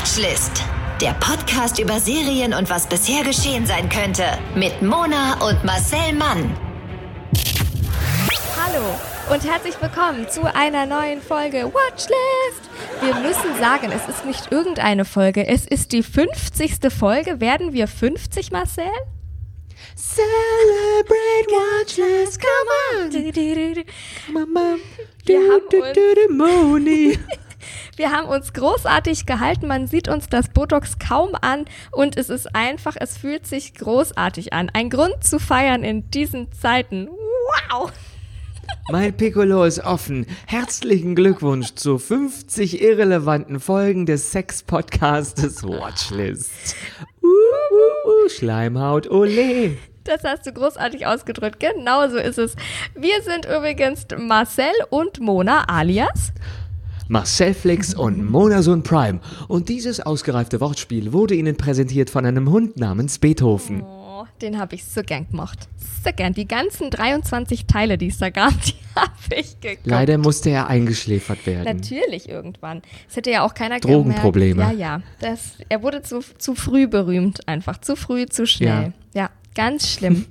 Watchlist. Der Podcast über Serien und was bisher geschehen sein könnte. Mit Mona und Marcel Mann. Hallo und herzlich willkommen zu einer neuen Folge Watchlist. Wir müssen sagen, es ist nicht irgendeine Folge, es ist die 50. Folge. Werden wir 50, Marcel? Celebrate Watchlist, come on. Wir haben uns großartig gehalten, man sieht uns das Botox kaum an und es ist einfach, es fühlt sich großartig an. Ein Grund zu feiern in diesen Zeiten. Wow! Mein Piccolo ist offen. Herzlichen Glückwunsch zu 50 irrelevanten Folgen des Sex-Podcastes Watchlist. Schleimhaut, ole. Das hast du großartig ausgedrückt, genau so ist es. Wir sind übrigens Marcel und Mona alias Marcel Flix und Monasun Prime. Und dieses ausgereifte Wortspiel wurde Ihnen präsentiert von einem Hund namens Beethoven. Oh, den habe ich so gern gemacht. So gern. Die ganzen 23 Teile, die es da gab, die habe ich geguckt. Leider musste er eingeschläfert werden. Natürlich irgendwann. Es hätte ja auch keiner Drogenprobleme. Gemerkt. Ja. Er wurde zu früh berühmt einfach. Zu früh, zu schnell. Ja, ganz schlimm.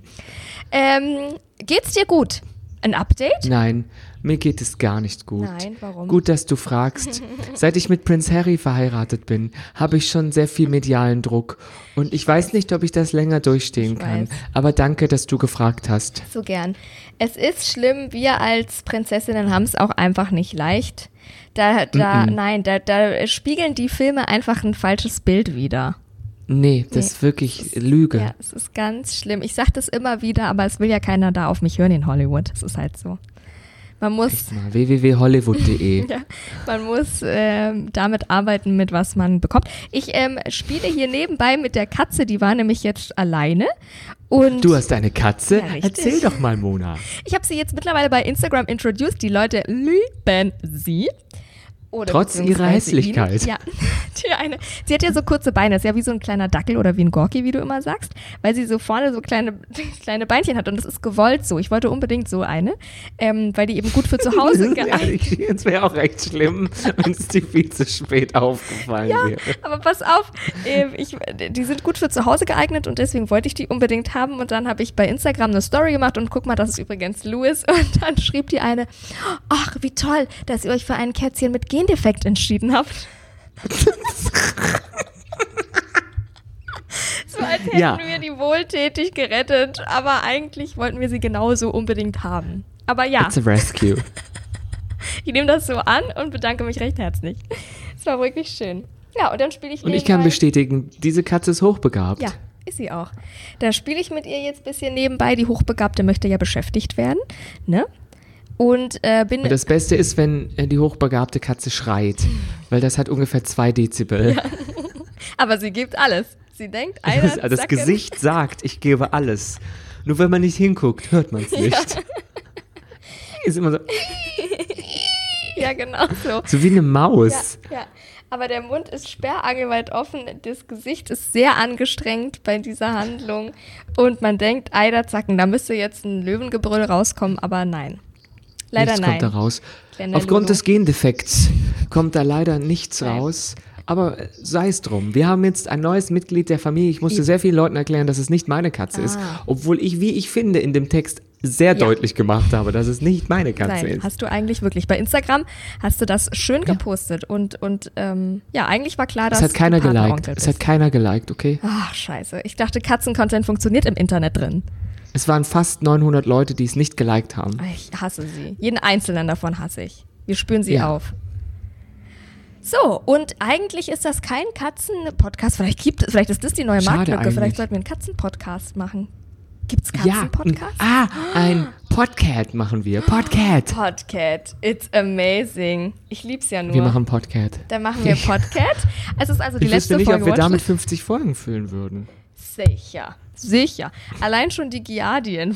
Geht's dir gut? Ein Update? Nein, mir geht es gar nicht gut. Nein, warum? Gut, dass du fragst. Seit ich mit Prince Harry verheiratet bin, habe ich schon sehr viel medialen Druck. Und ich weiß nicht, ob ich das länger durchstehen kann. Aber danke, dass du gefragt hast. So gern. Es ist schlimm, wir als Prinzessinnen haben es auch einfach nicht leicht. Da spiegeln die Filme einfach ein falsches Bild wider. Nee, das ist wirklich Lüge. Ja, es ist ganz schlimm. Ich sage das immer wieder, aber es will ja keiner da auf mich hören in Hollywood. Es ist halt so. Man muss www.hollywood.de ja, man muss damit arbeiten, mit was man bekommt. Ich spiele hier nebenbei mit der Katze, die war nämlich jetzt alleine. Und du hast eine Katze? Ja, erzähl doch mal, Mona. Ich habe sie jetzt mittlerweile bei Instagram introduced. Die Leute lieben sie. Oder trotz ihrer Hässlichkeit. Ja, sie hat ja so kurze Beine, ist ja wie so ein kleiner Dackel oder wie ein Gorki, wie du immer sagst, weil sie so vorne so kleine Beinchen hat und das ist gewollt so. Ich wollte unbedingt so eine, weil die eben gut für zu Hause geeignet ist. Es wäre auch recht schlimm, wenn es dir viel zu spät aufgefallen wäre. Aber pass auf, die sind gut für zu Hause geeignet und deswegen wollte ich die unbedingt haben und dann habe ich bei Instagram eine Story gemacht und guck mal, das ist übrigens Louis und dann schrieb die eine, ach, wie toll, dass ihr euch für ein Kätzchen mit Gendefekt entschieden habt. So als hätten wir die wohltätig gerettet, aber eigentlich wollten wir sie genauso unbedingt haben. Aber ja. It's a rescue. Ich nehme das so an und bedanke mich recht herzlich. Es war wirklich schön. Ja, und dann spiele ich Und ich kann bestätigen, diese Katze ist hochbegabt. Ja, ist sie auch. Da spiele ich mit ihr jetzt ein bisschen nebenbei. Die Hochbegabte möchte ja beschäftigt werden, ne? Und das Beste ist, wenn die hochbegabte Katze schreit, weil das hat ungefähr 2 Dezibel. Ja. Aber sie gibt alles. Sie denkt, das Gesicht sagt, ich gebe alles. Nur wenn man nicht hinguckt, hört man es nicht. Ja. Ist immer so. Ja, genau so. So wie eine Maus. Ja. Aber der Mund ist sperrangelweit offen, das Gesicht ist sehr angestrengt bei dieser Handlung und man denkt, Eiderzacken, da müsste jetzt ein Löwengebrüll rauskommen, aber nein. Leider nichts nein. Kommt da raus. Kleiner Aufgrund Lulu. des Gendefekts kommt da leider nichts raus. Aber sei es drum. Wir haben jetzt ein neues Mitglied der Familie. Ich musste sehr vielen Leuten erklären, dass es nicht meine Katze ist. Obwohl ich, wie ich finde, in dem Text sehr deutlich gemacht habe, dass es nicht meine Katze ist. Hast du eigentlich wirklich. Bei Instagram hast du das schön gepostet. Und eigentlich war klar, dass es hat keiner du geliked. Es hat keiner geliked, okay? Ach, scheiße. Ich dachte, Katzen-Content funktioniert im Internet drin. Es waren fast 900 Leute, die es nicht geliked haben. Ich hasse sie. Jeden einzelnen davon hasse ich. Wir spüren sie auf. So, und eigentlich ist das kein Katzen-Podcast. Vielleicht ist das die neue Marktlücke. Vielleicht sollten wir einen Katzen-Podcast machen. Gibt's Katzen-Podcasts? Ja, ein Podcat machen wir. Podcat. It's amazing. Ich lieb's ja nur. Wir machen Podcat. Dann machen wir Podcat. Es ist also die letzte Folge. Ich wüsste nicht, ob wir damit 50 Folgen füllen würden. Sicher. Allein schon die Giardien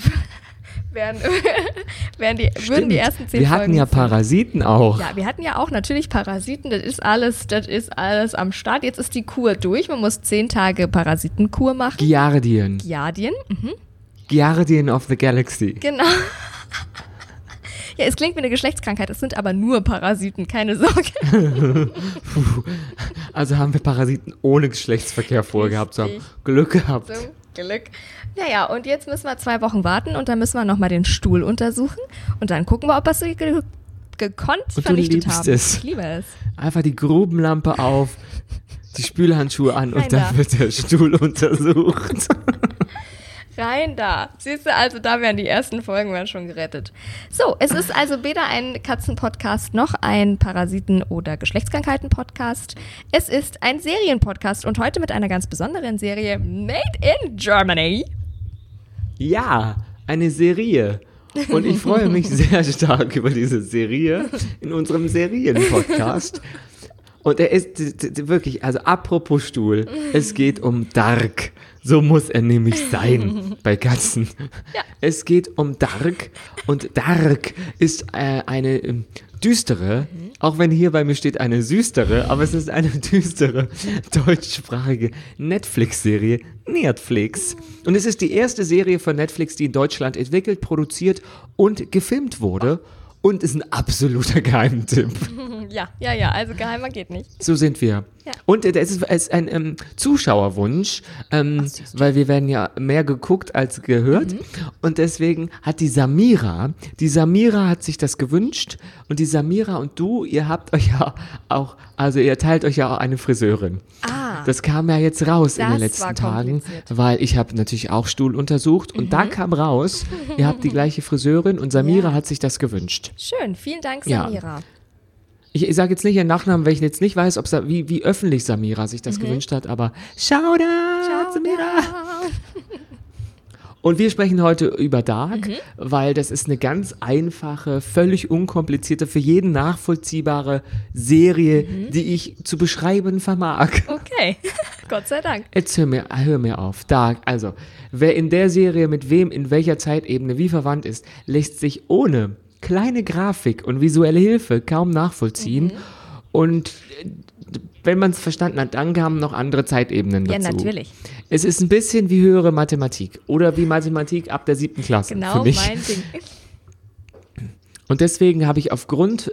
würden die ersten 10 Folgen. Wir hatten ja Parasiten auch. Ja, wir hatten ja auch natürlich Parasiten. Das ist alles am Start. Jetzt ist die Kur durch. Man muss 10 Tage Parasitenkur machen. Giardien. Giardien of the Galaxy. Genau. Ja, es klingt wie eine Geschlechtskrankheit, es sind aber nur Parasiten, keine Sorge. Also haben wir Parasiten ohne Geschlechtsverkehr vorgehabt. So haben Glück gehabt. So, Glück. Naja, und jetzt müssen wir 2 Wochen warten und dann müssen wir nochmal den Stuhl untersuchen und dann gucken wir, ob wir es gekonnt Und vernichtet du liebst haben. es. Ich liebe es. Einfach die Grubenlampe auf, die Spülhandschuhe an und Rein dann da. wird der Stuhl untersucht. Rein da. Siehst du, also da wären die ersten Folgen wären schon gerettet. So, es ist also weder ein Katzenpodcast noch ein Parasiten- oder Geschlechtskrankheiten-Podcast. Es ist ein Serienpodcast und heute mit einer ganz besonderen Serie Made in Germany. Ja, eine Serie. Und ich freue mich sehr stark über diese Serie in unserem Serienpodcast. Und er ist wirklich, also apropos Stuhl, es geht um Dark. So muss er nämlich sein bei Katzen. Ja. Es geht um Dark und Dark ist eine düstere, auch wenn hier bei mir steht eine süßere, aber es ist eine düstere deutschsprachige Netflix-Serie, Netflix. Und es ist die erste Serie von Netflix, die in Deutschland entwickelt, produziert und gefilmt wurde. Und ist ein absoluter Geheimtipp. Ja, also geheimer geht nicht. So sind wir. Ja. Und es ist ein Zuschauerwunsch, weil wir werden ja mehr geguckt als gehört. Und deswegen hat die Samira hat sich das gewünscht. Und die Samira und du, ihr habt euch ja auch, also ihr teilt euch ja auch eine Friseurin. Das kam ja jetzt raus in den Das letzten war Tagen, kompliziert. weil ich habe natürlich auch Stuhl untersucht. Und da kam raus, ihr habt die gleiche Friseurin und Samira hat sich das gewünscht. Schön, vielen Dank, Ja. Samira. Ich sage jetzt nicht ihren Nachnamen, weil ich jetzt nicht weiß, ob wie öffentlich Samira sich das gewünscht hat, aber Shoutout, Samira! Und wir sprechen heute über Dark, weil das ist eine ganz einfache, völlig unkomplizierte, für jeden nachvollziehbare Serie, die ich zu beschreiben vermag. Okay, Gott sei Dank. Jetzt hör mir auf. Dark, also, wer in der Serie mit wem in welcher Zeitebene wie verwandt ist, lässt sich ohne kleine Grafik und visuelle Hilfe kaum nachvollziehen. Und wenn man es verstanden hat, dann kamen noch andere Zeitebenen dazu. Ja, natürlich. Es ist ein bisschen wie höhere Mathematik oder wie Mathematik ab der 7. Klasse für Genau mich. mein Ding. Und deswegen habe ich aufgrund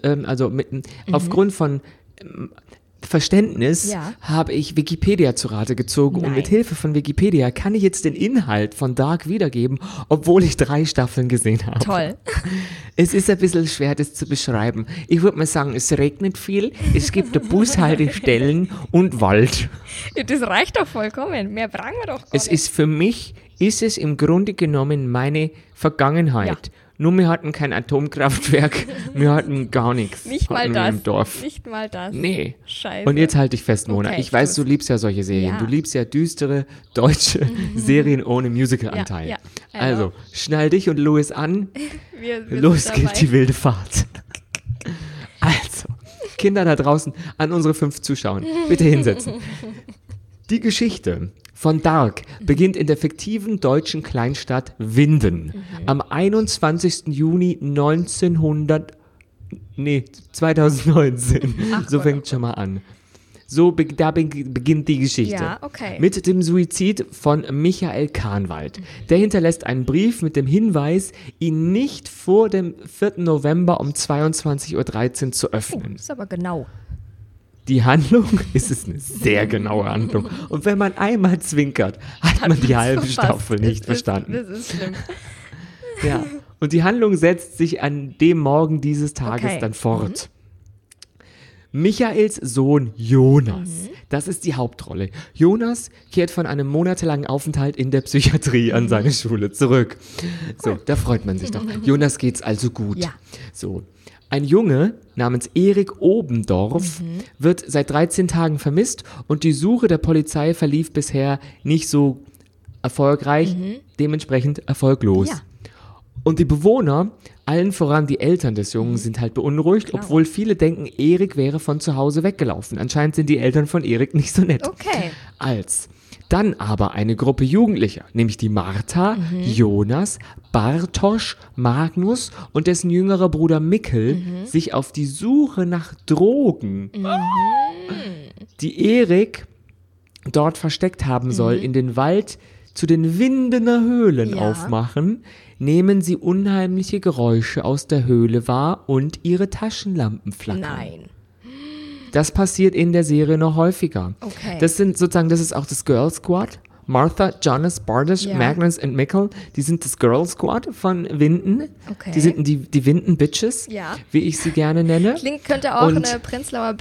von Verständnis Ja. habe ich Wikipedia zu Rate gezogen und Nein. mit Hilfe von Wikipedia kann ich jetzt den Inhalt von Dark wiedergeben, obwohl ich 3 Staffeln gesehen habe. Toll. Es ist ein bisschen schwer, das zu beschreiben. Ich würde mal sagen, es regnet viel, es gibt Bushaltestellen und Wald. Das reicht doch vollkommen. Mehr brauchen wir doch gar Es ist für mich, ist es im Grunde genommen meine Vergangenheit. Ja. Nur wir hatten kein Atomkraftwerk, wir hatten gar nichts. Nicht mal hatten wir das. Im Dorf. Nicht mal das. Nee. Scheiße. Und jetzt halte ich fest, Mona. Okay, ich weiß, Schluss. du liebst ja solche Serien. Ja. Du liebst ja düstere deutsche Serien ohne Musicalanteil. Ja, ja. Also, schnall dich und Louis an. wir Los sind geht dabei. die wilde Fahrt. Also, Kinder da draußen, an unsere 5 Zuschauer, bitte hinsetzen. Die Geschichte von Dark beginnt in der fiktiven deutschen Kleinstadt Winden am 21. Juni 2019. So Gott, fängt schon mal an. Da beginnt die Geschichte. Ja, okay. Mit dem Suizid von Michael Kahnwald. Der hinterlässt einen Brief mit dem Hinweis, ihn nicht vor dem 4. November um 22.13 Uhr zu öffnen. Das ist aber genau. Die Handlung ist eine sehr genaue Handlung. Und wenn man einmal zwinkert, hat man die halbe Verpasst. Staffel nicht Das ist- verstanden. Das ist schlimm. Ja. Und die Handlung setzt sich an dem Morgen dieses Tages Okay. dann fort. Michaels Sohn Jonas, das ist die Hauptrolle. Jonas kehrt von einem monatelangen Aufenthalt in der Psychiatrie an seine Schule zurück. So, da freut man sich doch. Jonas geht's also gut. Ja. So. Ein Junge namens Erik Obendorf wird seit 13 Tagen vermisst und die Suche der Polizei verlief bisher nicht so erfolgreich, dementsprechend erfolglos. Ja. Und die Bewohner, allen voran die Eltern des Jungen, sind halt beunruhigt, Klar. obwohl viele denken, Erik wäre von zu Hause weggelaufen. Anscheinend sind die Eltern von Erik nicht so nett. Okay. Dann aber eine Gruppe Jugendlicher, nämlich die Martha, Jonas, Bartosz, Magnus und dessen jüngerer Bruder Mikkel, sich auf die Suche nach Drogen, die Erik dort versteckt haben soll, in den Wald zu den Windener Höhlen Ja. aufmachen, nehmen sie unheimliche Geräusche aus der Höhle wahr und ihre Taschenlampen flackern. Nein. Das passiert in der Serie noch häufiger. Okay. Das ist auch das Girl Squad. Martha, Jonas, Bardish, Magnus und Mikkel, die sind das Girl Squad von Winden. Okay. Die sind die Winden-Bitches, wie ich sie gerne nenne. Könnte auch eine Prenzlauer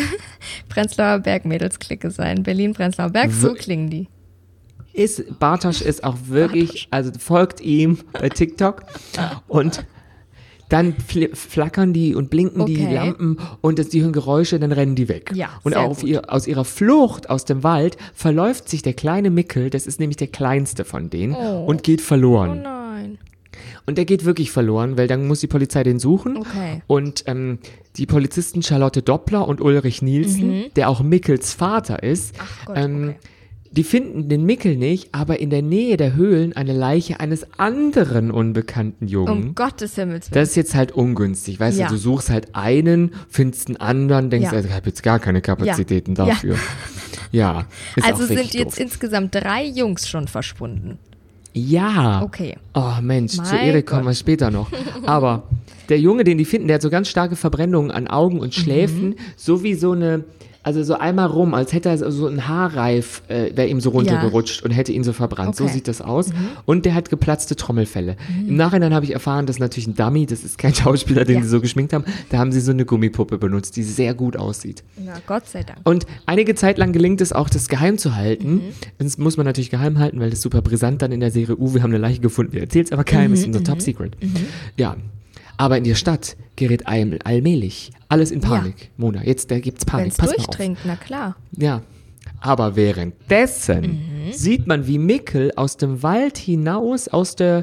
Berg Mädelsklicke sein. Berlin-Prenzlauer Berg, so klingen die. Bartosz ist auch wirklich, also folgt ihm bei TikTok und dann flackern die und blinken die Lampen und die hören Geräusche, dann rennen die weg. Ja, und aus ihrer Flucht aus dem Wald verläuft sich der kleine Mikkel, das ist nämlich der kleinste von denen, und geht verloren. Oh nein. Und der geht wirklich verloren, weil dann muss die Polizei den suchen. Okay. Und die Polizisten Charlotte Doppler und Ulrich Nielsen, der auch Mickels Vater ist, Ach Gott, okay. Die finden den Mikkel nicht, aber in der Nähe der Höhlen eine Leiche eines anderen unbekannten Jungen. Um Gottes Himmels Willen. Das ist jetzt halt ungünstig, weißt du, du suchst halt einen, findest einen anderen, denkst, ich habe jetzt gar keine Kapazitäten dafür. Ja, ist also auch sind jetzt doof. Insgesamt 3 Jungs schon verschwunden. Ja. Okay. Oh Mensch, zu Mein Erik kommen wir später noch. Aber der Junge, den die finden, der hat so ganz starke Verbrennungen an Augen und Schläfen, so wie so eine... Also so einmal rum, als hätte er so ein Haarreif, wäre ihm so runtergerutscht und hätte ihn so verbrannt. So sieht das aus. Und der hat geplatzte Trommelfelle. Im Nachhinein habe ich erfahren, das ist natürlich ein Dummy, das ist kein Schauspieler, den sie so geschminkt haben. Da haben sie so eine Gummipuppe benutzt, die sehr gut aussieht. Na, Gott sei Dank. Und einige Zeit lang gelingt es auch, das geheim zu halten. Das muss man natürlich geheim halten, weil das ist super brisant dann in der Serie. Wir haben eine Leiche gefunden, wir erzählen es aber keinem, ist unser Top Secret. Ja. Aber in der Stadt gerät allmählich alles in Panik. Mona, jetzt da gibt's Panik. Pass mal auf. Na klar. Ja. Aber währenddessen sieht man, wie Mikkel aus dem Wald hinaus, aus der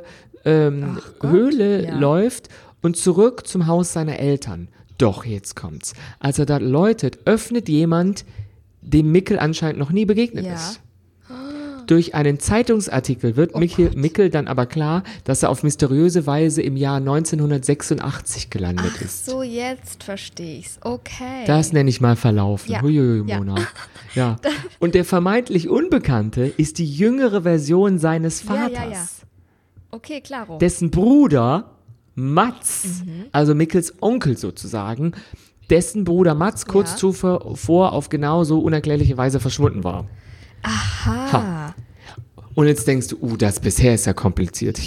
Höhle läuft und zurück zum Haus seiner Eltern. Doch, jetzt kommt's. Als er da läutet, öffnet jemand, dem Mikkel anscheinend noch nie begegnet ist. Durch einen Zeitungsartikel wird Mikkel dann aber klar, dass er auf mysteriöse Weise im Jahr 1986 gelandet ist. Ach so, jetzt verstehe ich's. Okay. Das nenne ich mal verlaufen. Ja. Huiuiui, Mona. Ja. Und der vermeintlich Unbekannte ist die jüngere Version seines Vaters. Ja. Okay, klaro. Dessen Bruder Mats, also Mickels Onkel sozusagen, dessen Bruder Mats kurz zuvor auf genau so unerklärliche Weise verschwunden war. Aha. Und jetzt denkst du, das bisher ist ja kompliziert.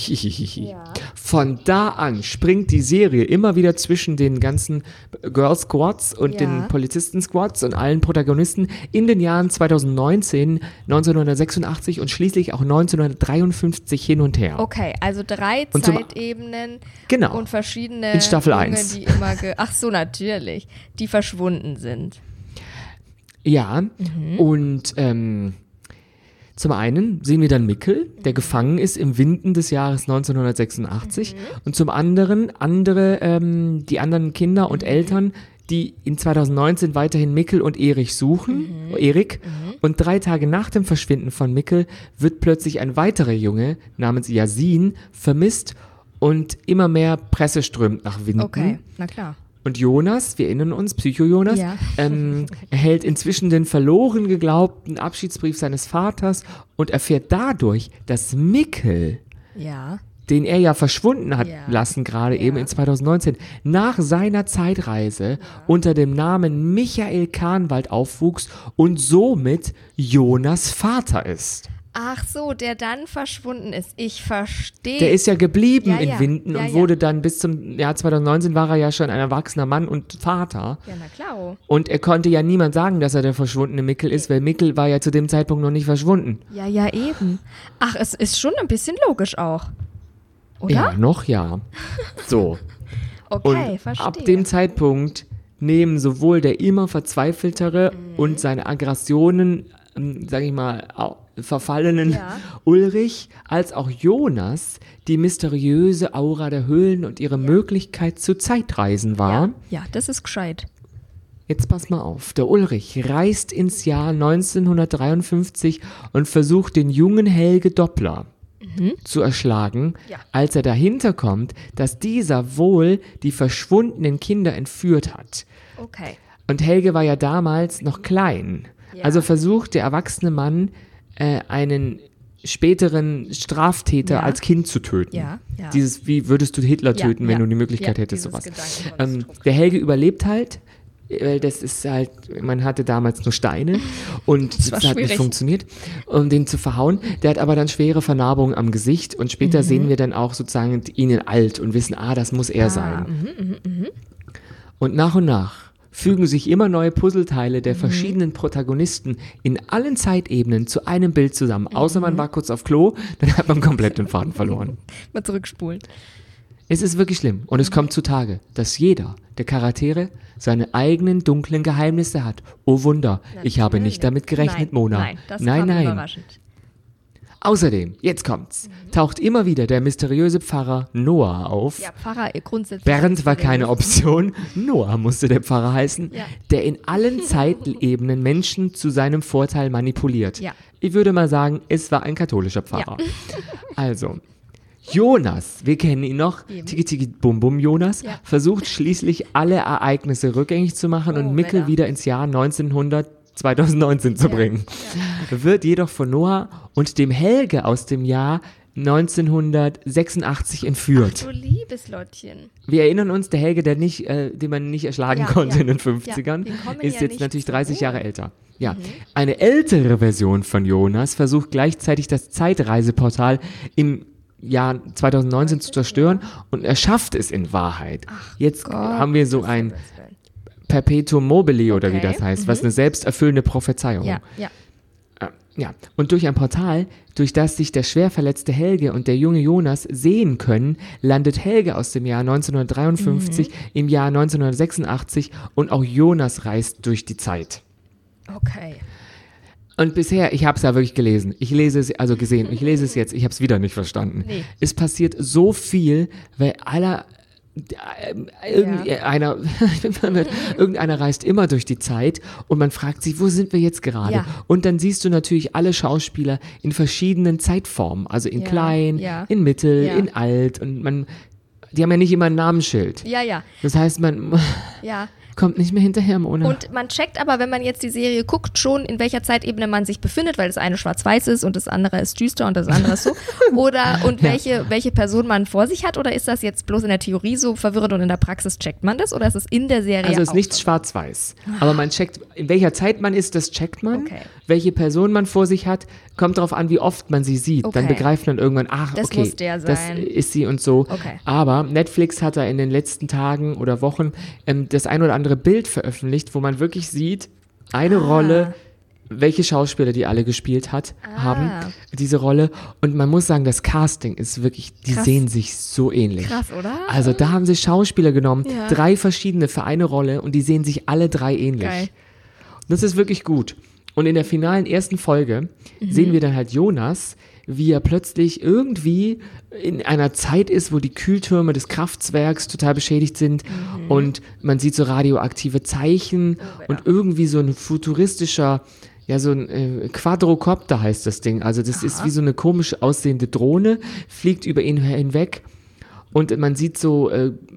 Von da an springt die Serie immer wieder zwischen den ganzen Girl Squads und den Polizisten Squads und allen Protagonisten in den Jahren 2019, 1986 und schließlich auch 1953 hin und her. Okay, also 3 und Zeitebenen und verschiedene in Staffel Junge, 1. die immer ach so, natürlich, die verschwunden sind. Ja, und zum einen sehen wir dann Mikkel, der gefangen ist im Winden des Jahres 1986 und zum anderen die anderen Kinder und Eltern, die in 2019 weiterhin Mikkel und Erik suchen, und 3 Tage nach dem Verschwinden von Mikkel wird plötzlich ein weiterer Junge namens Yasin vermisst und immer mehr Presse strömt nach Winden. Okay, na klar. Und Jonas, wir erinnern uns, Psycho-Jonas, erhält inzwischen den verloren geglaubten Abschiedsbrief seines Vaters und erfährt dadurch, dass Mikkel, den er ja verschwunden hat lassen, gerade eben in 2019, nach seiner Zeitreise unter dem Namen Michael Kahnwald aufwuchs und somit Jonas Vater ist. Ach so, der dann verschwunden ist. Ich verstehe. Der ist ja geblieben in Winden und wurde dann bis zum Jahr 2019 war er ja schon ein erwachsener Mann und Vater. Ja, na klar. Und er konnte ja niemand sagen, dass er der verschwundene Mikkel ist, weil Mikkel war ja zu dem Zeitpunkt noch nicht verschwunden. Ja, eben. Ach, es ist schon ein bisschen logisch auch. Oder? Ja, noch ja. So. Okay, und verstehe. Ab dem Zeitpunkt nehmen sowohl der immer verzweifeltere und seine Aggressionen, sag ich mal, verfallenen Ulrich als auch Jonas die mysteriöse Aura der Höhlen und ihre Möglichkeit zu Zeitreisen wahr. Ja, das ist gescheit. Jetzt pass mal auf, der Ulrich reist ins Jahr 1953 und versucht den jungen Helge Doppler zu erschlagen, als er dahinter kommt, dass dieser wohl die verschwundenen Kinder entführt hat. Okay. Und Helge war ja damals noch klein. Ja. Also versucht der erwachsene Mann, einen späteren Straftäter als Kind zu töten. Ja. Dieses, wie würdest du Hitler töten, wenn du die Möglichkeit hättest, sowas. Der Helge überlebt halt Das ist halt, man hatte damals nur Steine und das hat schwierig. nicht funktioniert, um den zu verhauen. Der hat aber dann schwere Vernarbungen am Gesicht und später sehen wir dann auch sozusagen ihn in alt und wissen, das muss er sein. Und nach fügen sich immer neue Puzzleteile der verschiedenen Protagonisten in allen Zeitebenen zu einem Bild zusammen. Außer man war kurz auf Klo, dann hat man komplett den Faden verloren. Mal zurückspulen. Es ist wirklich schlimm und es kommt zutage, dass jeder der Charaktere seine eigenen dunklen Geheimnisse hat. Oh Wunder, ich habe nicht damit gerechnet, Mona. Nein, das kam überraschend. Außerdem, jetzt kommt's, taucht immer wieder der mysteriöse Pfarrer Noah auf. Ja, Pfarrer grundsätzlich. Bernd war keine Option, Noah musste der Pfarrer heißen, der in allen Zeitebenen Menschen zu seinem Vorteil manipuliert. Ja. Ich würde mal sagen, es war ein katholischer Pfarrer. Also, Jonas, wir kennen ihn noch, Tiki Tiki Bum Bum Jonas, versucht schließlich alle Ereignisse rückgängig zu machen und Mikkel wieder ins Jahr 2019 zu bringen. Wird jedoch von Noah und dem Helge aus dem Jahr 1986 entführt. Ach, du liebes Lottchen. Wir erinnern uns, der Helge, den man nicht erschlagen konnte in den 50ern, ist jetzt natürlich 30 Jahre älter. Ja, eine ältere Version von Jonas versucht gleichzeitig das Zeitreiseportal im Jahr 2019 zu zerstören und er schafft es in Wahrheit. Jetzt haben wir so ein Perpetuum mobile oder wie das heißt, was eine selbsterfüllende Prophezeiung. Ja, und durch ein Portal, durch das sich der schwer verletzte Helge und der junge Jonas sehen können, landet Helge aus dem Jahr 1953 im Jahr 1986 und auch Jonas reist durch die Zeit. Okay. Und bisher, ich habe es ja wirklich gelesen, ich lese es jetzt, ich habe es wieder nicht verstanden. Nee. Es passiert so viel, weil irgendeiner reist immer durch die Zeit und man fragt sich, wo sind wir jetzt gerade? Ja. Und dann siehst du natürlich alle Schauspieler in verschiedenen Zeitformen, also in klein, in mittel, in alt und die haben ja nicht immer ein Namensschild. Ja. Das heißt, man kommt nicht mehr hinterher, Mona. Und man checkt aber, wenn man jetzt die Serie guckt, schon, in welcher Zeitebene man sich befindet, weil das eine schwarz-weiß ist und das andere ist düster und das andere ist so. Und welche Person man vor sich hat? Oder ist das jetzt bloß in der Theorie so verwirrend und in der Praxis checkt man das? Oder ist es in der Serie Also es ist auch nichts so? schwarz-weiß. Aber man checkt, in welcher Zeit man ist, das checkt man. Okay. Welche Person man vor sich hat, kommt darauf an, wie oft man sie sieht. Okay. Dann begreift man irgendwann, das muss der das sein. ist sie und so. Okay. Aber Netflix hat da in den letzten Tagen oder Wochen das ein oder andere Bild veröffentlicht, wo man wirklich sieht, eine Rolle, welche Schauspieler die alle gespielt haben, diese Rolle. Und man muss sagen, das Casting ist wirklich, die sehen sich so ähnlich. Krass, oder? Also da haben sie Schauspieler genommen, 3 verschiedene für eine Rolle und die sehen sich alle 3 ähnlich. Geil. Und das ist wirklich gut. Und in der finalen ersten Folge sehen wir dann halt Jonas, wie er plötzlich irgendwie in einer Zeit ist, wo die Kühltürme des Kraftwerks total beschädigt sind und man sieht so radioaktive Zeichen und irgendwie so ein futuristischer, so ein Quadrocopter heißt das Ding. Also das ist wie so eine komisch aussehende Drohne, fliegt über ihn hinweg und man sieht so,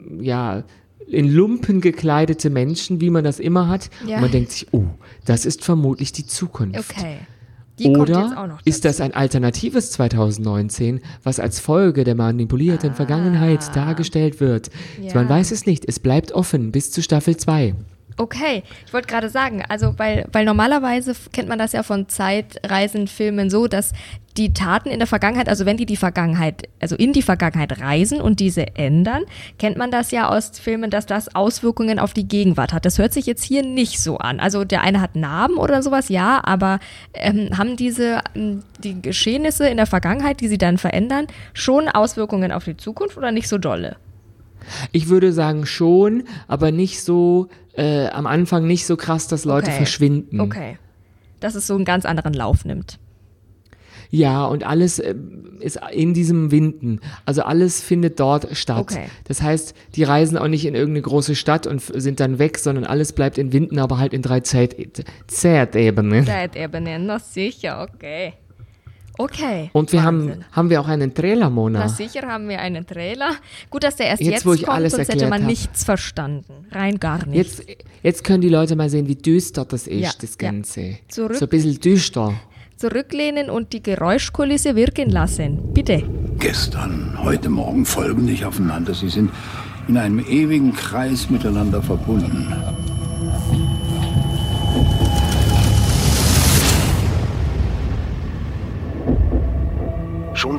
in Lumpen gekleidete Menschen, wie man das immer hat. Ja. Und man denkt sich, das ist vermutlich die Zukunft. Okay. Die kommt jetzt auch Oder noch ist das ein alternatives 2019, was als Folge der manipulierten Vergangenheit dargestellt wird? Ja. Man weiß es nicht. Es bleibt offen bis zu Staffel 2. Okay, ich wollte gerade sagen, also weil normalerweise kennt man das ja von Zeitreisenfilmen so, dass die Taten in der Vergangenheit, also wenn die in die Vergangenheit reisen und diese ändern, kennt man das ja aus Filmen, dass das Auswirkungen auf die Gegenwart hat. Das hört sich jetzt hier nicht so an. Also der eine hat Narben oder sowas, ja, aber haben die Geschehnisse in der Vergangenheit, die sie dann verändern, schon Auswirkungen auf die Zukunft oder nicht so dolle? Ich würde sagen schon, aber nicht so, am Anfang nicht so krass, dass Leute verschwinden. Okay, dass es so einen ganz anderen Lauf nimmt. Ja, und alles ist in diesem Winden. Also alles findet dort statt. Okay. Das heißt, die reisen auch nicht in irgendeine große Stadt und sind dann weg, sondern alles bleibt in Winden, aber halt in 3 Zeitebenen. Zeitebenen, na sicher, okay. Okay. Und wir haben wir auch einen Trailer, Mona. Na sicher haben wir einen Trailer. Gut, dass der erst Jetzt, jetzt wo ich kommt, alles sonst hätte erklärt man hab. nichts verstanden. Rein gar nichts. Jetzt können die Leute mal sehen, wie düster das ist, Ja, das Ganze. Zurück. So ein bisschen düster. Zurücklehnen und die Geräuschkulisse wirken lassen. Bitte. Gestern, heute Morgen folgen nicht aufeinander. Sie sind in einem ewigen Kreis miteinander verbunden.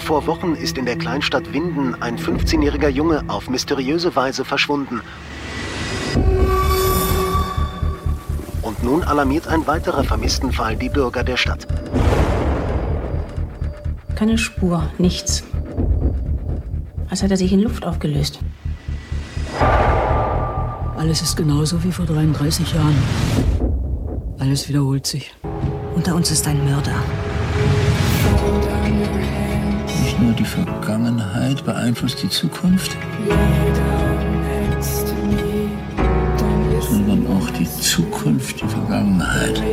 vor Wochen ist in der Kleinstadt Winden ein 15-jähriger Junge auf mysteriöse Weise verschwunden. Und nun alarmiert ein weiterer Vermisstenfall die Bürger der Stadt. Keine Spur, nichts. Als hätte er sich in Luft aufgelöst. Alles ist genauso wie vor 33 Jahren. Alles wiederholt sich. Unter uns ist ein Mörder. Nicht nur die Vergangenheit beeinflusst die Zukunft, sondern auch die Zukunft die Vergangenheit.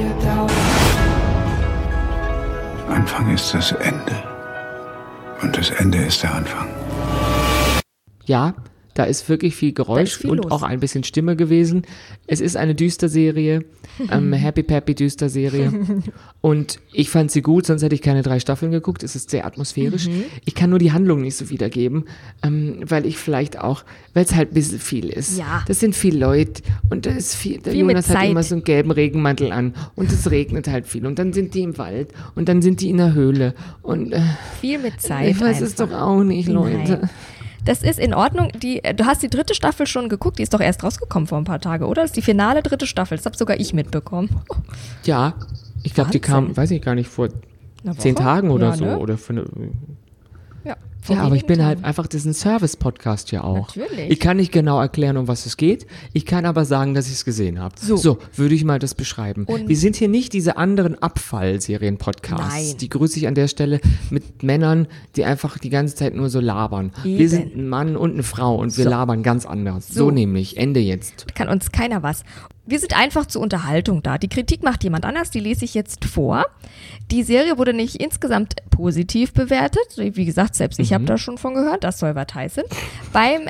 Anfang ist das Ende. Und das Ende ist der Anfang. Ja, da ist wirklich viel Geräusch und los. auch ein bisschen Stimme gewesen. Es ist eine Düsterserie, Happy Peppy Düsterserie. Und ich fand sie gut, sonst hätte ich keine 3 Staffeln geguckt. Es ist sehr atmosphärisch. Ich kann nur die Handlung nicht so wiedergeben, weil ich vielleicht auch, weil es halt ein bisschen viel ist. Ja. Das sind viele Leute und da ist viel. Der Viel mit Jonas hat Zeit. immer so einen gelben Regenmantel an und es regnet halt viel. Und dann sind die im Wald und dann sind die in der Höhle. Und Viel mit Zeit. ich weiß es doch auch nicht, Leute. Nein. Das ist in Ordnung. Du hast die 3. Staffel schon geguckt, die ist doch erst rausgekommen vor ein paar Tagen, oder? Das ist die finale 3. Staffel, das habe sogar ich mitbekommen. Ja, ich glaube, die kam, weiß ich gar nicht, vor 10 Tagen oder Ja, so. ne? Oder für eine, vor ja, aber ich wenigen bin Tagen. halt einfach, das ist ein Service-Podcast ja auch. Natürlich. Ich kann nicht genau erklären, um was es geht. Ich kann aber sagen, dass ich es gesehen habe. So, würde ich mal das beschreiben. Und- wir sind hier nicht diese anderen Abfallserien-Podcasts. Nein. Die grüße ich an der Stelle mit Männern, die einfach die ganze Zeit nur so labern. Eben. Wir sind ein Mann und eine Frau und wir labern ganz anders. So nämlich, Ende jetzt. Kann uns keiner was. Wir sind einfach zur Unterhaltung da. Die Kritik macht jemand anders, die lese ich jetzt vor. Die Serie wurde nicht insgesamt positiv bewertet. Wie gesagt, selbst ich habe da schon von gehört, das soll was heißen. Beim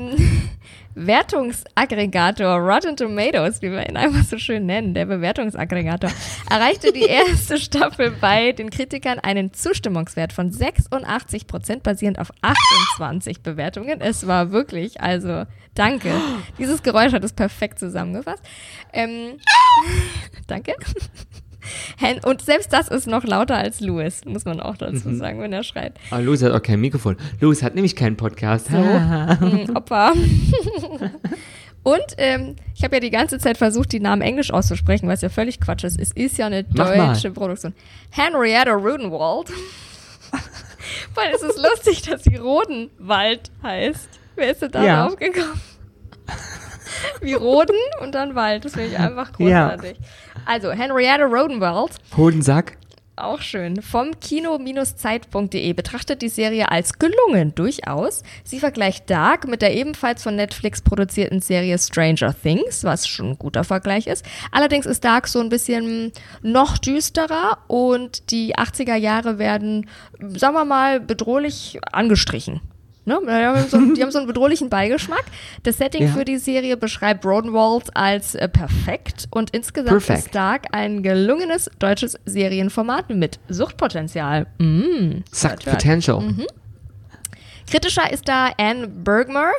Wertungsaggregator Rotten Tomatoes, wie wir ihn einfach so schön nennen, der Bewertungsaggregator, erreichte die erste Staffel bei den Kritikern einen Zustimmungswert von 86%, basierend auf 28 Bewertungen. Es war wirklich, also danke. Dieses Geräusch hat es perfekt zusammengefasst. Danke. Und selbst das ist noch lauter als Louis, muss man auch dazu sagen, wenn er schreit. Aber Louis hat auch kein Mikrofon. Louis hat nämlich keinen Podcast. Opfer. Und ich habe ja die ganze Zeit versucht, die Namen Englisch auszusprechen, was ja völlig Quatsch ist. Es ist ja eine Mach mal. deutsche Produktion. Henrietta Rodenwald. Weil es ist lustig, dass sie Rodenwald heißt. Wer ist denn da Ja. drauf gekommen? Wie Roden und dann Wald. Das finde ich einfach großartig. Also, Henrietta Rodenwald, Hodensack. auch schön, vom Kino-Zeit.de betrachtet die Serie als gelungen, durchaus. Sie vergleicht Dark mit der ebenfalls von Netflix produzierten Serie Stranger Things, was schon ein guter Vergleich ist. Allerdings ist Dark so ein bisschen noch düsterer und die 80er Jahre werden, sagen wir mal, bedrohlich angestrichen. Ne? Die haben so einen bedrohlichen Beigeschmack. Das Setting für die Serie beschreibt Rodenwald als perfekt und insgesamt ist Dark ein gelungenes deutsches Serienformat mit Suchtpotenzial. Sucht Potential. Kritischer ist da Anne Burgmer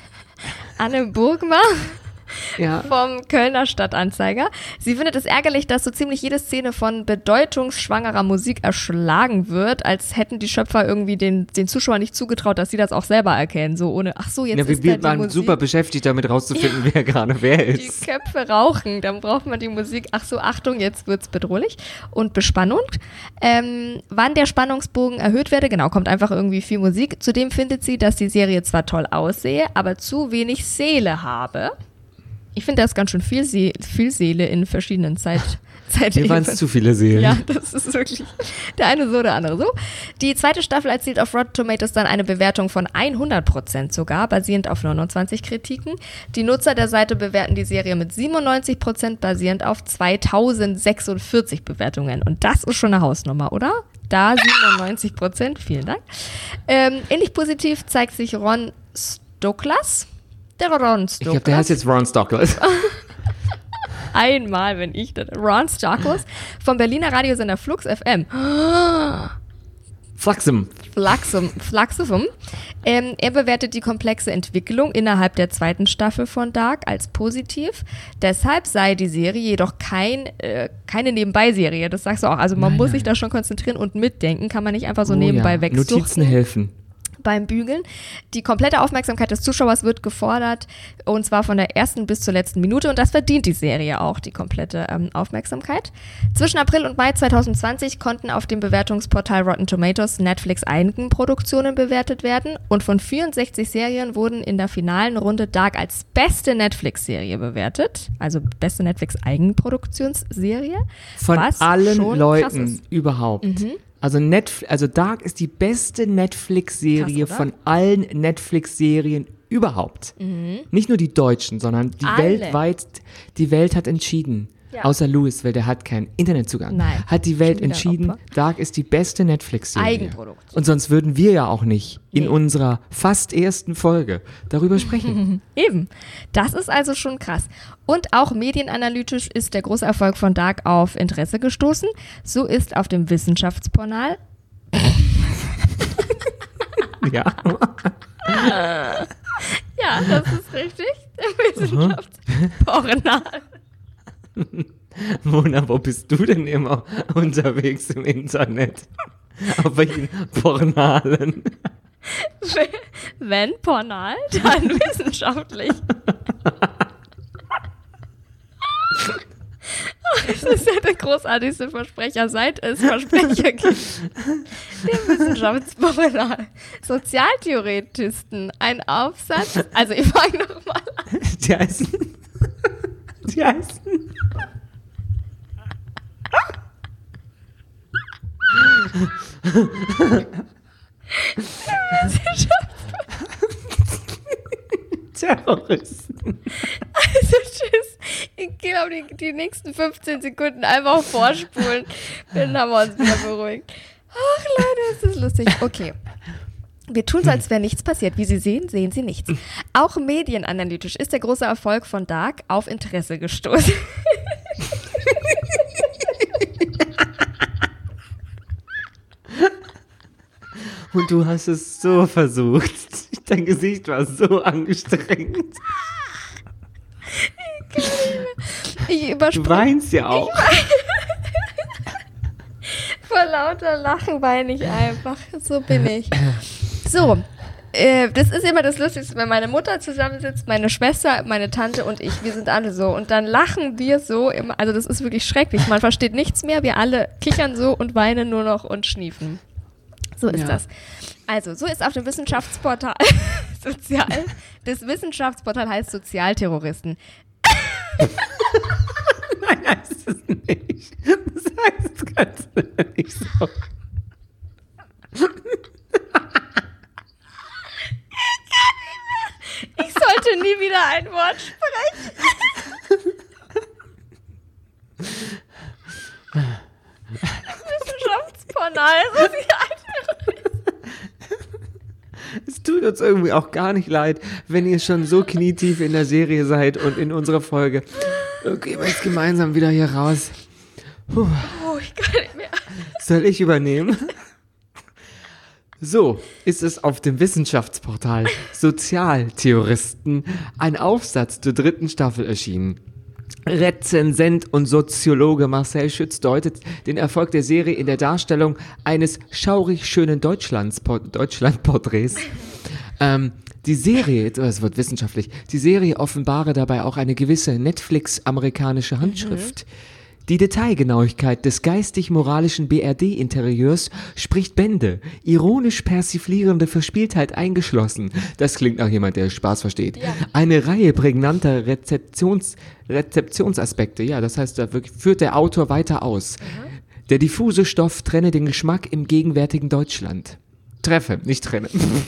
Ja. vom Kölner Stadtanzeiger. Sie findet es ärgerlich, dass so ziemlich jede Szene von bedeutungsschwangerer Musik erschlagen wird, als hätten die Schöpfer irgendwie den Zuschauern nicht zugetraut, dass sie das auch selber erkennen. So ohne, ach so, jetzt Ja, ist da wir die waren Musik. super beschäftigt damit rauszufinden, wer gerade wer Die ist. Köpfe rauchen, dann braucht man die Musik. Ach so, Achtung, jetzt wird's bedrohlich und Bespannung. Wann der Spannungsbogen erhöht werde, genau, kommt einfach irgendwie viel Musik. Zudem findet sie, dass die Serie zwar toll aussehe, aber zu wenig Seele habe. Ich finde, da ist ganz schön viel Seele in verschiedenen Mir Zeitebenen. waren es zu viele Seelen. Ja, das ist wirklich der eine so, der andere so. Die zweite Staffel erzielt auf Rotten Tomatoes dann eine Bewertung von 100% sogar, basierend auf 29 Kritiken. Die Nutzer der Seite bewerten die Serie mit 97%, basierend auf 2046 Bewertungen. Und das ist schon eine Hausnummer, oder? Da 97%, vielen Dank. Ähnlich positiv zeigt sich Ron Stoklas. Der Ron Stoklas. Ich glaube, der heißt jetzt Ron Stoklas. Einmal, wenn ich das. Ron Stoklas vom Berliner Radiosender Flux FM. Flaxem. Flaxum Er bewertet die komplexe Entwicklung innerhalb der 2. Staffel von Dark als positiv. Deshalb sei die Serie jedoch keine Nebenbei-Serie. Das sagst du auch. Also man muss sich da schon konzentrieren und mitdenken. Kann man nicht einfach so nebenbei wegsuchten. Notizen helfen. Beim Bügeln. Die komplette Aufmerksamkeit des Zuschauers wird gefordert, und zwar von der ersten bis zur letzten Minute, und das verdient die Serie auch, die komplette Aufmerksamkeit. Zwischen April und Mai 2020 konnten auf dem Bewertungsportal Rotten Tomatoes Netflix Eigenproduktionen bewertet werden, und von 64 Serien wurden in der finalen Runde Dark als beste Netflix-Serie bewertet, also beste Netflix-Eigenproduktionsserie. Von allen Leuten überhaupt. Also Dark ist die beste Netflix-Serie von allen Netflix-Serien überhaupt. Nicht nur die deutschen, sondern weltweit, die Welt hat entschieden. Ja. Außer Louis, weil der hat keinen Internetzugang. Nein, hat die Welt entschieden, Dark ist die beste Netflix-Serie. Eigenprodukt. Und sonst würden wir ja auch nicht in unserer fast ersten Folge darüber sprechen. Eben. Das ist also schon krass. Und auch medienanalytisch ist der große Erfolg von Dark auf Interesse gestoßen. So ist auf dem Wissenschaftsportal Ja. Ja, das ist richtig. Der Wissenschaftsportal. Mona, wo bist du denn immer unterwegs im Internet? Auf welchen Portalen? Wenn Portal, dann wissenschaftlich. Das ist ja der großartigste Versprecher, seit es Versprecher gibt. Der Wissenschaftsportal. Sozialtheoretisten. Ein Aufsatz. Also ich fange nochmal an. Die heißen. Terroristen. Also tschüss. Ich glaube, die nächsten 15 Sekunden einfach vorspulen. Dann haben wir uns wieder beruhigt. Ach Leute, ist das lustig. Okay. Wir tun so, als wäre nichts passiert. Wie Sie sehen, sehen Sie nichts. Auch medienanalytisch ist der große Erfolg von Dark auf Interesse gestoßen. Und du hast es so versucht. Dein Gesicht war so angestrengt. Du weinst ja auch. Vor lauter Lachen weine ich einfach. So bin ich. So, das ist immer das Lustigste, wenn meine Mutter zusammensitzt, meine Schwester, meine Tante und ich, wir sind alle so. Und dann lachen wir so immer, also das ist wirklich schrecklich. Man versteht nichts mehr, wir alle kichern so und weinen nur noch und schniefen. So ist das. Also, so ist auf dem Wissenschaftsportal das Wissenschaftsportal heißt Sozialterroristen. Nein, heißt es nicht. Das heißt ganz nicht so. Ich sollte nie wieder ein Wort sprechen. Wissenschaftsportal, Es tut uns irgendwie auch gar nicht leid, wenn ihr schon so knietief in der Serie seid und in unserer Folge. Gehen wir jetzt gemeinsam wieder hier raus. Oh, ich kann nicht mehr. Soll ich übernehmen? So ist es auf dem Wissenschaftsportal Sozialtheoristen ein Aufsatz zur 3. Staffel erschienen. Rezensent und Soziologe Marcel Schütz deutet den Erfolg der Serie in der Darstellung eines schaurig schönen Deutschlandporträts. Die Serie, das wird wissenschaftlich, die Serie offenbare dabei auch eine gewisse Netflix-amerikanische Handschrift. Die Detailgenauigkeit des geistig-moralischen BRD-Interieurs spricht Bände, ironisch persiflierende Verspieltheit eingeschlossen. Das klingt nach jemand, der Spaß versteht. Ja. Eine Reihe prägnanter Rezeptionsaspekte, ja, das heißt, da führt der Autor weiter aus. Der diffuse Stoff trenne den Geschmack im gegenwärtigen Deutschland. Treffe, nicht trenne.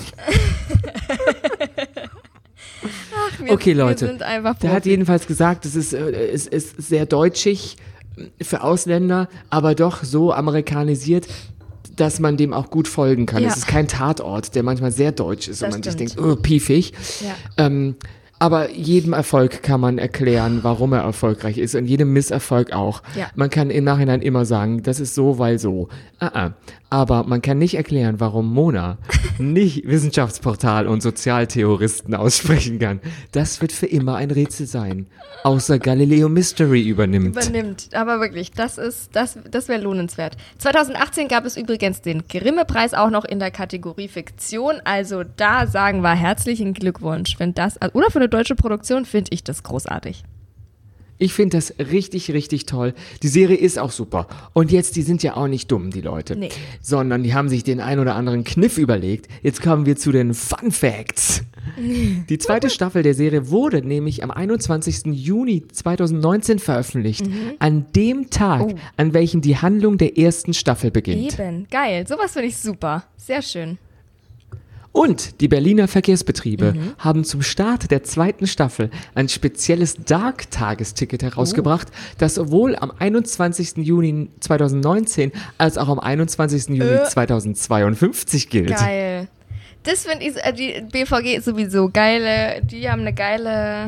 Okay, Leute, der hat jedenfalls gesagt, es ist sehr deutschig für Ausländer, aber doch so amerikanisiert, dass man dem auch gut folgen kann. Ja. Es ist kein Tatort, der manchmal sehr deutsch ist und man sich denkt, piefig. Ja. Aber jedem Erfolg kann man erklären, warum er erfolgreich ist und jedem Misserfolg auch. Ja. Man kann im Nachhinein immer sagen, das ist so, weil so. Aber man kann nicht erklären, warum Mona nicht Wissenschaftsportal und Sozialtheoristen aussprechen kann. Das wird für immer ein Rätsel sein. Außer Galileo Mystery übernimmt. Aber wirklich, das wäre lohnenswert. 2018 gab es übrigens den Grimme-Preis auch noch in der Kategorie Fiktion. Also da sagen wir herzlichen Glückwunsch. Oder für eine deutsche Produktion finde ich das großartig. Ich finde das richtig, richtig toll. Die Serie ist auch super. Und jetzt, die sind ja auch nicht dumm, die Leute. Nee. Sondern die haben sich den ein oder anderen Kniff überlegt. Jetzt kommen wir zu den Fun Facts. Die zweite Staffel der Serie wurde nämlich am 21. Juni 2019 veröffentlicht. An dem Tag, an welchem die Handlung der ersten Staffel beginnt. Eben, geil. Sowas finde ich super. Sehr schön. Und die Berliner Verkehrsbetriebe haben zum Start der zweiten Staffel ein spezielles Dark-Tagesticket herausgebracht, das sowohl am 21. Juni 2019 als auch am 21. Juni 2052 gilt. Geil. Das finde ich, die BVG ist sowieso geile, die haben eine geile,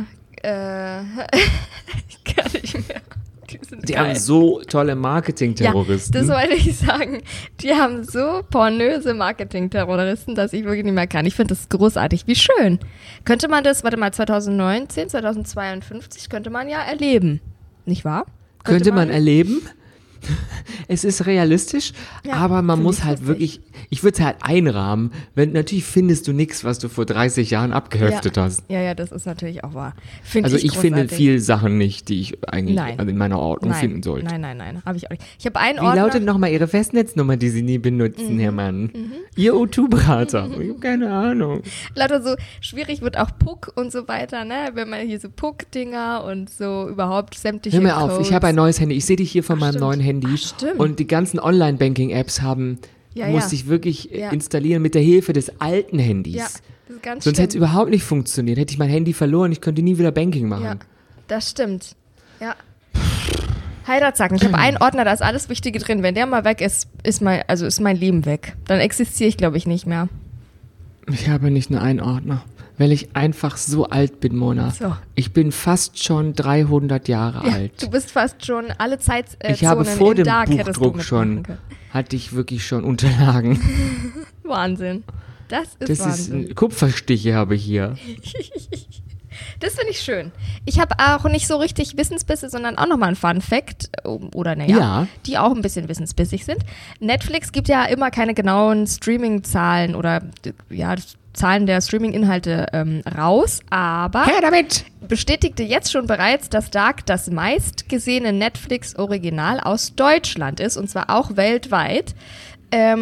ich kann nicht mehr. Die haben so tolle Marketing-Terroristen. Ja, das wollte ich sagen. Die haben so pornöse Marketing-Terroristen, dass ich wirklich nicht mehr kann. Ich finde das großartig. Wie schön. Könnte man das, 2019, 2052, könnte man ja erleben. Nicht wahr? Könnte man erleben? Es ist realistisch, Ja, aber man find muss ich halt lustig. wirklich, ich würde es halt einrahmen, natürlich findest du nichts, was du vor 30 Jahren abgeheftet hast. Ja, das ist natürlich auch wahr. Also ich finde großartig. viele Sachen nicht, die ich eigentlich Nein. in meiner Ordnung finden sollte. Nein, habe ich auch nicht. Ich habe einen Wie Ordner. lautet nochmal Ihre Festnetznummer, die Sie nie benutzen, Herr Mann? Ihr O2-Berater. Ich habe keine Ahnung. Lauter so schwierig wird auch Puck und so weiter, ne? Wenn man hier so Puck-Dinger und so überhaupt sämtliche Hör mir auf, Codes. ich habe ein neues Handy. Ich sehe dich hier von meinem stimmt. neuen Handy. Ach, stimmt. Und die ganzen Online-Banking-Apps musste ich wirklich installieren mit der Hilfe des alten Handys. Ja, das ist ganz Sonst hätte es stimmt. überhaupt nicht funktioniert. Hätte ich mein Handy verloren, ich könnte nie wieder Banking machen. Ja, das stimmt. Ja. Heiratssacken. Ich habe einen Ordner, da ist alles Wichtige drin. Wenn der mal weg ist, ist mein Leben weg. Dann existiere ich, glaube ich, nicht mehr. Ich habe nicht nur einen Ordner, weil ich einfach so alt bin, Mona. So. Ich bin fast schon 300 Jahre alt. Du bist fast schon alle Zeitzonen Ich habe vor im dem Dark hättest du Buchdruck mitmachen schon, können. hatte ich wirklich schon Unterlagen. Wahnsinn. Das ist Das Wahnsinn. ist Kupferstiche habe ich hier. Das finde ich schön. Ich habe auch nicht so richtig Wissensbisse, sondern auch nochmal ein Fun-Fact, Ja. die auch ein bisschen wissensbissig sind. Netflix gibt ja immer keine genauen Streaming-Zahlen oder Zahlen der Streaming-Inhalte raus, aber Her damit! bestätigte jetzt schon bereits, dass Dark das meistgesehene Netflix-Original aus Deutschland ist, und zwar auch weltweit. Er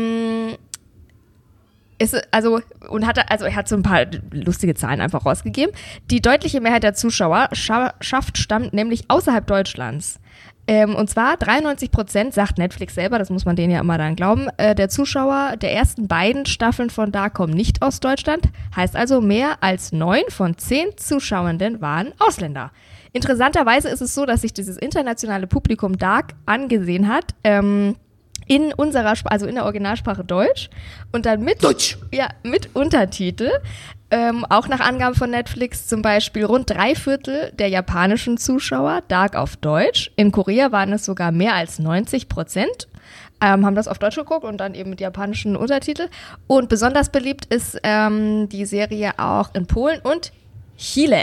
hat so ein paar lustige Zahlen einfach rausgegeben. Die deutliche Mehrheit der Zuschauerschaft stammt nämlich außerhalb Deutschlands. Und zwar 93%, sagt Netflix selber, das muss man denen ja immer dann glauben, der Zuschauer der ersten beiden Staffeln von Dark kommen nicht aus Deutschland. Heißt also, mehr als 9 von 10 Zuschauenden waren Ausländer. Interessanterweise ist es so, dass sich dieses internationale Publikum Dark angesehen hat, in unserer also in der Originalsprache Deutsch und dann mit Untertitel. Auch nach Angaben von Netflix zum Beispiel rund 3/4 der japanischen Zuschauer Dark auf Deutsch. In Korea waren es sogar mehr als 90%. Haben das auf Deutsch geguckt und dann eben mit japanischen Untertitel. Und besonders beliebt ist die Serie auch in Polen und Chile.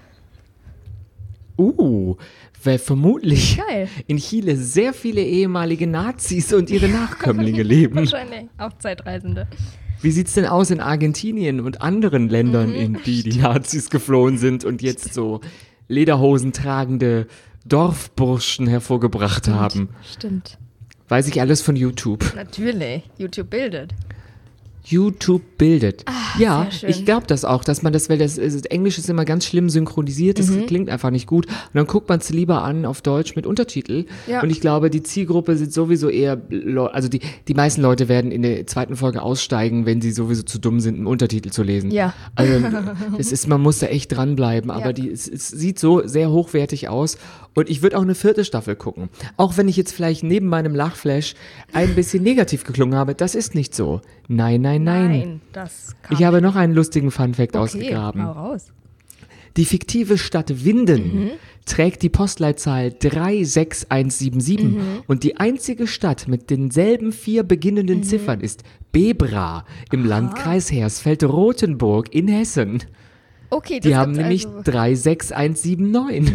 Weil vermutlich Geil. in Chile sehr viele ehemalige Nazis und ihre Nachkömmlinge leben. Wahrscheinlich auch Zeitreisende. Wie sieht's denn aus in Argentinien und anderen Ländern, in die Nazis geflohen sind und jetzt so Lederhosen tragende Dorfburschen hervorgebracht haben? Stimmt. Weiß ich alles von YouTube. Natürlich. YouTube bildet. YouTube bildet. Ja, sehr schön. ich glaube das auch, dass man das, weil das Englisch ist immer ganz schlimm synchronisiert, das klingt einfach nicht gut. Und dann guckt man es lieber an auf Deutsch mit Untertitel. Ja. Und ich glaube, die Zielgruppe sind sowieso eher, also die meisten Leute werden in der zweiten Folge aussteigen, wenn sie sowieso zu dumm sind, einen Untertitel zu lesen. Ja. Also man muss da echt dranbleiben, aber Ja. es sieht so sehr hochwertig aus. Und ich würde auch eine 4. Staffel gucken. Auch wenn ich jetzt vielleicht neben meinem Lachflash ein bisschen negativ geklungen habe, das ist nicht so. Nein. Nein, das kann Ich habe noch einen lustigen Funfact okay, ausgegraben. hau raus. Die fiktive Stadt Winden trägt die Postleitzahl 36177 und die einzige Stadt mit denselben 4 beginnenden Ziffern ist Bebra im Landkreis Hersfeld-Rotenburg in Hessen. Okay, das die haben nämlich 36179.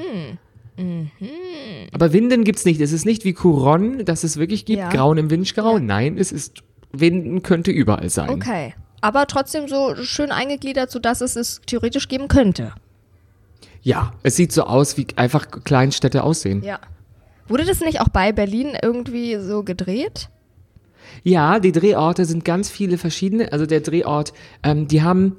Aber Winden gibt's nicht. Es ist nicht wie Couronne, dass es wirklich gibt, Grauen im Winschgrau. Nein, es ist, Winden könnte überall sein. Okay, aber trotzdem so schön eingegliedert, sodass es theoretisch geben könnte. Ja, es sieht so aus, wie einfach Kleinstädte aussehen. Ja. Wurde das nicht auch bei Berlin irgendwie so gedreht? Ja, die Drehorte sind ganz viele verschiedene. Also der Drehort, die haben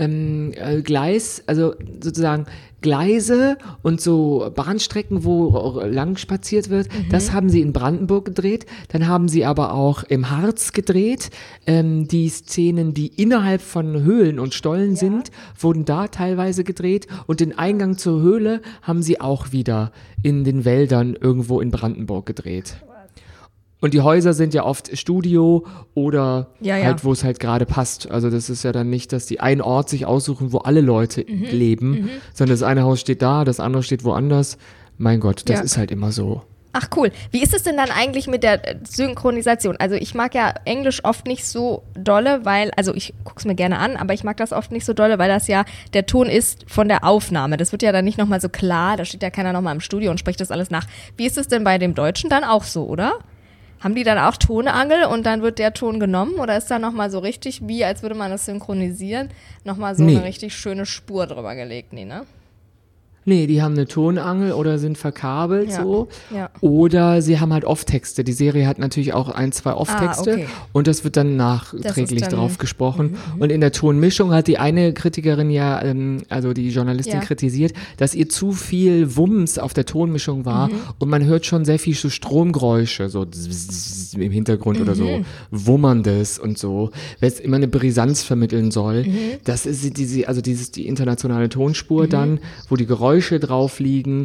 also sozusagen Gleise und so Bahnstrecken, wo lang spaziert wird. Das haben sie in Brandenburg gedreht. Dann haben sie aber auch im Harz gedreht. Die Szenen, die innerhalb von Höhlen und Stollen sind, wurden da teilweise gedreht. Und den Eingang zur Höhle haben sie auch wieder in den Wäldern irgendwo in Brandenburg gedreht. Und die Häuser sind ja oft Studio oder halt, wo es halt gerade passt. Also das ist ja dann nicht, dass die einen Ort sich aussuchen, wo alle Leute leben, sondern das eine Haus steht da, das andere steht woanders. Mein Gott, das ist halt immer so. Ach cool. Wie ist es denn dann eigentlich mit der Synchronisation? Also ich mag ja Englisch oft nicht so dolle, also ich guck's mir gerne an, aber ich mag das oft nicht so dolle, weil das ja der Ton ist von der Aufnahme. Das wird ja dann nicht nochmal so klar, da steht ja keiner nochmal im Studio und spricht das alles nach. Wie ist es denn bei dem Deutschen dann auch so, oder? Haben die dann auch Tonangel und dann wird der Ton genommen oder ist da nochmal so richtig, wie als würde man das synchronisieren, nochmal so eine richtig schöne Spur drüber gelegt? Nee, ne? Nee, die haben eine Tonangel oder sind verkabelt so. Ja. Oder sie haben halt Off-Texte. Die Serie hat natürlich auch 1, 2 Off-Texte und das wird dann nachträglich drauf gesprochen. Und in der Tonmischung hat die eine Kritikerin also die Journalistin kritisiert, dass ihr zu viel Wumms auf der Tonmischung war und man hört schon sehr viel so Stromgeräusche, so im Hintergrund oder so, Wummerndes und so, weil es immer eine Brisanz vermitteln soll. Das ist die internationale Tonspur dann, wo die Geräusche drauf liegen.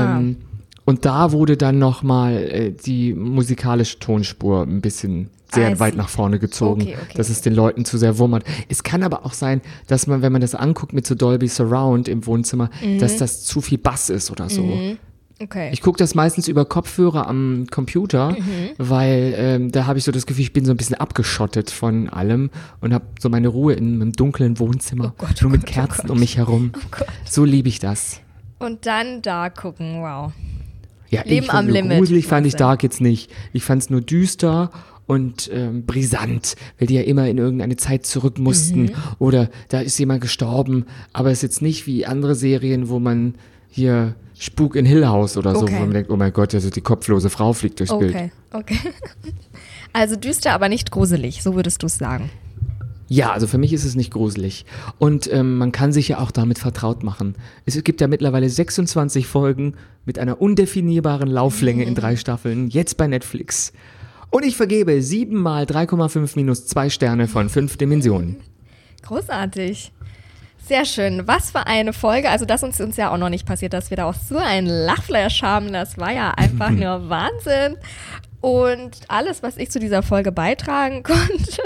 Und da wurde dann nochmal die musikalische Tonspur ein bisschen sehr weit nach vorne gezogen, dass es den Leuten zu sehr wummert. Es kann aber auch sein, dass man, wenn man das anguckt mit so Dolby Surround im Wohnzimmer, dass das zu viel Bass ist oder so. Okay. Ich gucke das meistens über Kopfhörer am Computer, weil da habe ich so das Gefühl, ich bin so ein bisschen abgeschottet von allem und habe so meine Ruhe in einem dunklen Wohnzimmer, nur mit Kerzen um mich herum. So liebe ich das. Und dann da gucken, wow. Ja, Leben am Limit. Gruselig fand ich Dark jetzt nicht. Ich fand es nur düster und brisant, weil die ja immer in irgendeine Zeit zurück mussten oder da ist jemand gestorben, aber es ist jetzt nicht wie andere Serien, wo man hier Spuk in Hill House oder so, wo man denkt, oh mein Gott, also die kopflose Frau fliegt durchs Bild. Okay. Also düster, aber nicht gruselig, so würdest du es sagen. Ja, also für mich ist es nicht gruselig. Und man kann sich ja auch damit vertraut machen. Es gibt ja mittlerweile 26 Folgen mit einer undefinierbaren Lauflänge in 3 Staffeln, jetzt bei Netflix. Und ich vergebe 7 mal 3,5 minus 2 Sterne von 5 Dimensionen. Großartig. Sehr schön. Was für eine Folge. Also das ist uns ja auch noch nicht passiert, dass wir da auch so einen Lachflash haben. Das war ja einfach nur Wahnsinn. Und alles, was ich zu dieser Folge beitragen konnte.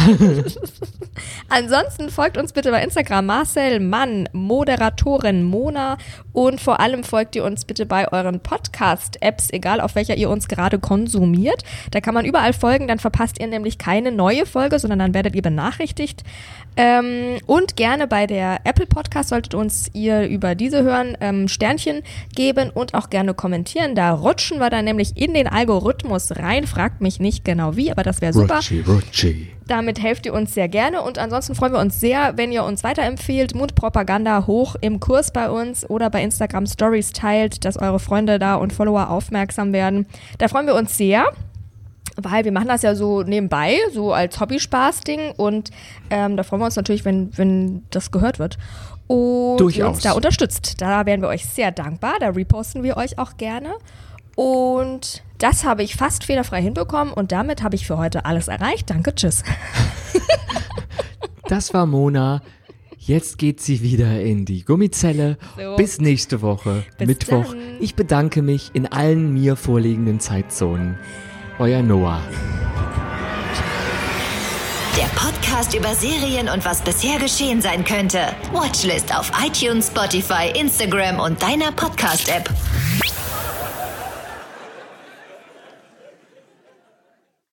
Ansonsten folgt uns bitte bei Instagram Marcel Mann, Moderatorin Mona und vor allem folgt ihr uns bitte bei euren Podcast-Apps, egal auf welcher ihr uns gerade konsumiert. Da kann man überall folgen, dann verpasst ihr nämlich keine neue Folge, sondern dann werdet ihr benachrichtigt. Und gerne bei der Apple Podcast solltet uns ihr über diese hören, Sternchen geben und auch gerne kommentieren. Da rutschen wir dann nämlich in den Algorithmus rein. Fragt mich nicht genau wie, aber das wäre super. Rutschi. Damit helft ihr uns sehr gerne und ansonsten freuen wir uns sehr, wenn ihr uns weiterempfehlt, Mundpropaganda hoch im Kurs bei uns oder bei Instagram Stories teilt, dass eure Freunde da und Follower aufmerksam werden. Da freuen wir uns sehr. Weil wir machen das ja so nebenbei, so als Hobby-Spaß-Ding und da freuen wir uns natürlich, wenn das gehört wird und ihr uns da unterstützt. Da wären wir euch sehr dankbar, da reposten wir euch auch gerne und das habe ich fast fehlerfrei hinbekommen und damit habe ich für heute alles erreicht. Danke, tschüss. Das war Mona. Jetzt geht sie wieder in die Gummizelle. So. Bis nächste Woche, Mittwoch. Dann. Ich bedanke mich in allen mir vorliegenden Zeitzonen. Euer Noah. Der Podcast über Serien und was bisher geschehen sein könnte. Watchlist auf iTunes, Spotify, Instagram und deiner Podcast-App.